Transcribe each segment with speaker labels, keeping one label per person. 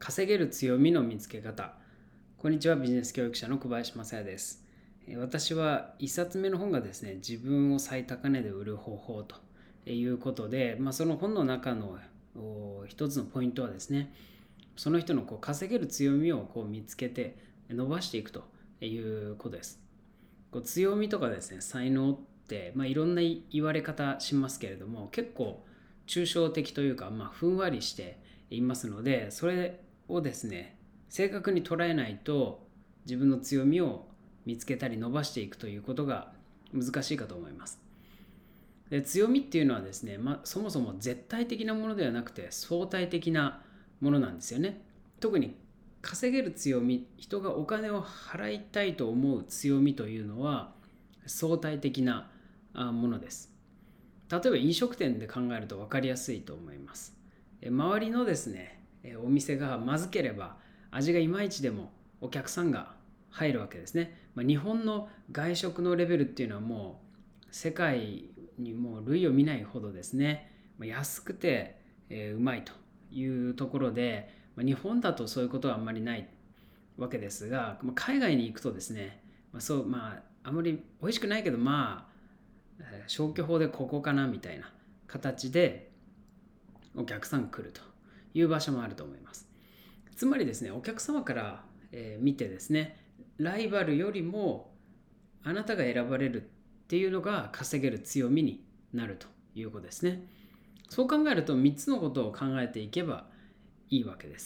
Speaker 1: 稼げる強みの見つけ方。こんにちは、ビジネス教育者の小林正也です。私は1冊目の本がですね、自分を最高値で売る方法ということで、その本の中の一つのポイントはですね、その人の稼げる強みを見つけて伸ばしていくということです。強みとかですね、才能って、いろんな言われ方しますけれども、結構抽象的というか、ふんわりしていますので、それをですね、正確に捉えないと自分の強みを見つけたり伸ばしていくということが難しいかと思います。で、強みっていうのはですね、そもそも絶対的なものではなくて相対的なものなんですよね。特に稼げる強み、人がお金を払いたいと思う強みというのは相対的なものです。例えば飲食店で考えると分かりやすいと思います。周りのですね、お店がまずければ味がいまいちでもお客さんが入るわけですね。日本の外食のレベルっていうのはもう世界にもう類を見ないほどですね、安くてうまいというところで、日本だとそういうことはあんまりないわけですが、海外に行くとですね、あまり美味しくないけど消去法でここかなみたいな形でお客さん来るという場所もあると思います。つまりですね、お客様から、見てですね、ライバルよりもあなたが選ばれるっていうのが稼げる強みになるということですね。そう考えると3つのことを考えていけばいいわけです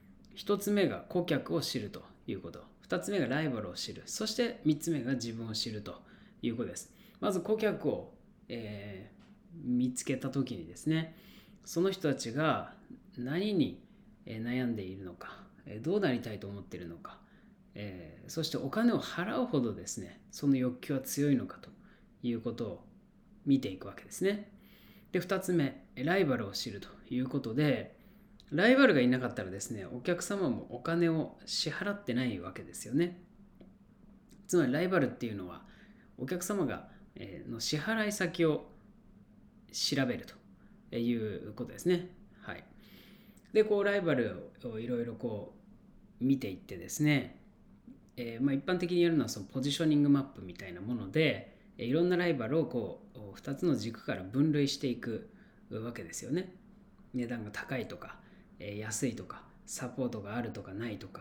Speaker 1: 。1つ目が顧客を知るということ、2つ目がライバルを知る、そして3つ目が自分を知るということです。まず顧客を、見つけた時にですね、その人たちが何に悩んでいるのか、どうなりたいと思っているのか、そしてお金を払うほどですね、その欲求は強いのかということを見ていくわけですね。で、2つ目、ライバルを知るということで、ライバルがいなかったらですね、お客様もお金を支払ってないわけですよね。つまりライバルっていうのはお客様がの支払い先を調べるということですね。はい。で、ライバルをいろいろ見ていってですね、一般的にやるのはそのポジショニングマップみたいなもので、いろんなライバルを2つの軸から分類していくわけですよね。値段が高いとか、安いとか、サポートがあるとかないとか、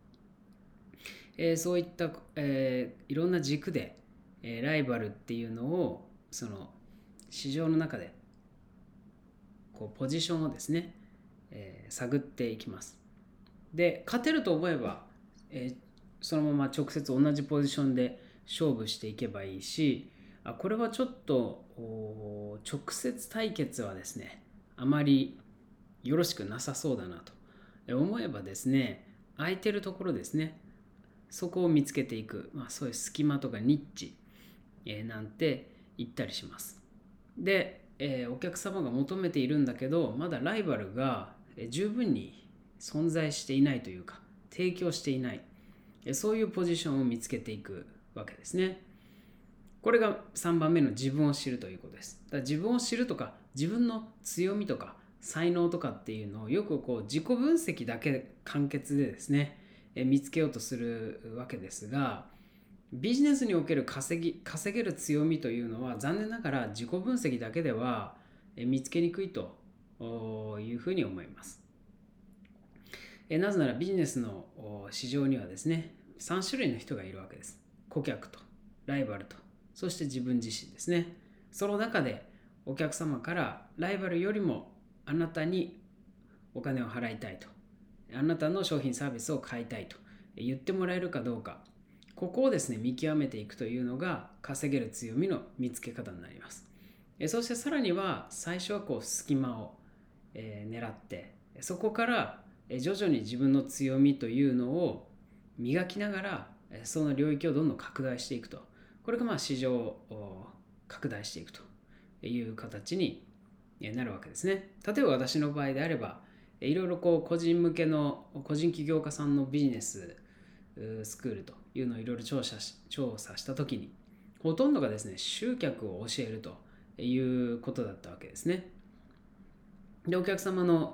Speaker 1: そういった、いろんな軸で、ライバルっていうのをその市場の中でポジションをですね、探っていきます。で、勝てると思えば、そのまま直接同じポジションで勝負していけばいいし、これはちょっと直接対決はですね、あまりよろしくなさそうだなと思えばですね、空いてるところですね、そこを見つけていく、そういう隙間とかニッチ、なんて言ったりします。で、お客様が求めているんだけど、まだライバルが十分に存在していないというか、提供していない、そういうポジションを見つけていくわけですね。これが3番目の自分を知るということです。だから自分を知るとか、自分の強みとか才能とかっていうのをよく自己分析だけ完結でですね、見つけようとするわけですが、ビジネスにおける稼げる強みというのは残念ながら自己分析だけでは見つけにくいというふうに思います。なぜならビジネスの市場にはですね、3種類の人がいるわけです。顧客とライバルと、そして自分自身ですね。その中でお客様からライバルよりもあなたにお金を払いたいと、あなたの商品サービスを買いたいと言ってもらえるかどうか、ここをですね見極めていくというのが稼げる強みの見つけ方になります。そしてさらには最初は隙間を狙って、そこから徐々に自分の強みというのを磨きながらその領域をどんどん拡大していくと、これが市場を拡大していくという形になるわけですね。例えば私の場合であれば、いろいろ個人向けの個人起業家さんのビジネススクールというのをいろいろ調査したときに、ほとんどがですね集客を教えるということだったわけですね。で、お客様の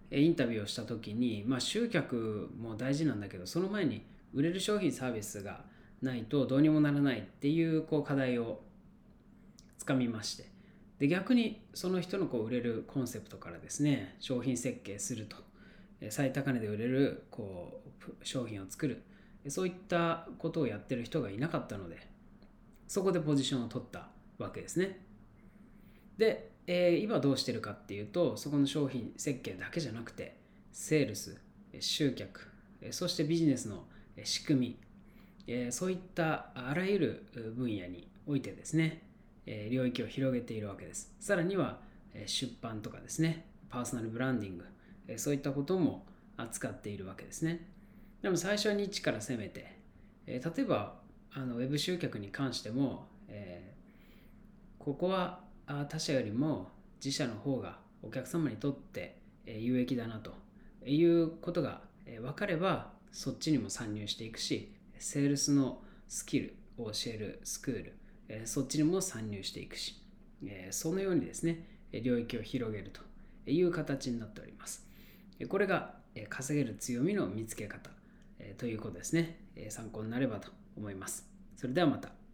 Speaker 1: インタビューをした時に、集客も大事なんだけど、その前に売れる商品サービスがないとどうにもならないっていう課題をつかみまして、で逆にその人の売れるコンセプトからですね、商品設計すると、最高値で売れる商品を作る、そういったことをやってる人がいなかったので、そこでポジションを取ったわけですね。で、今どうしてるかっていうと、そこの商品設計だけじゃなくて、セールス、集客、そしてビジネスの仕組み、そういったあらゆる分野においてですね、領域を広げているわけです。さらには出版とかですね、パーソナルブランディング、そういったことも扱っているわけですね。でも最初はニッチから攻めて、例えばウェブ集客に関しても、ここは他社よりも自社の方がお客様にとって有益だなということが分かれば、そっちにも参入していくし、セールスのスキルを教えるスクール、そっちにも参入していくし、そのようにですね、領域を広げるという形になっております。これが稼げる強みの見つけ方ということですね。参考になればと思います。それではまた。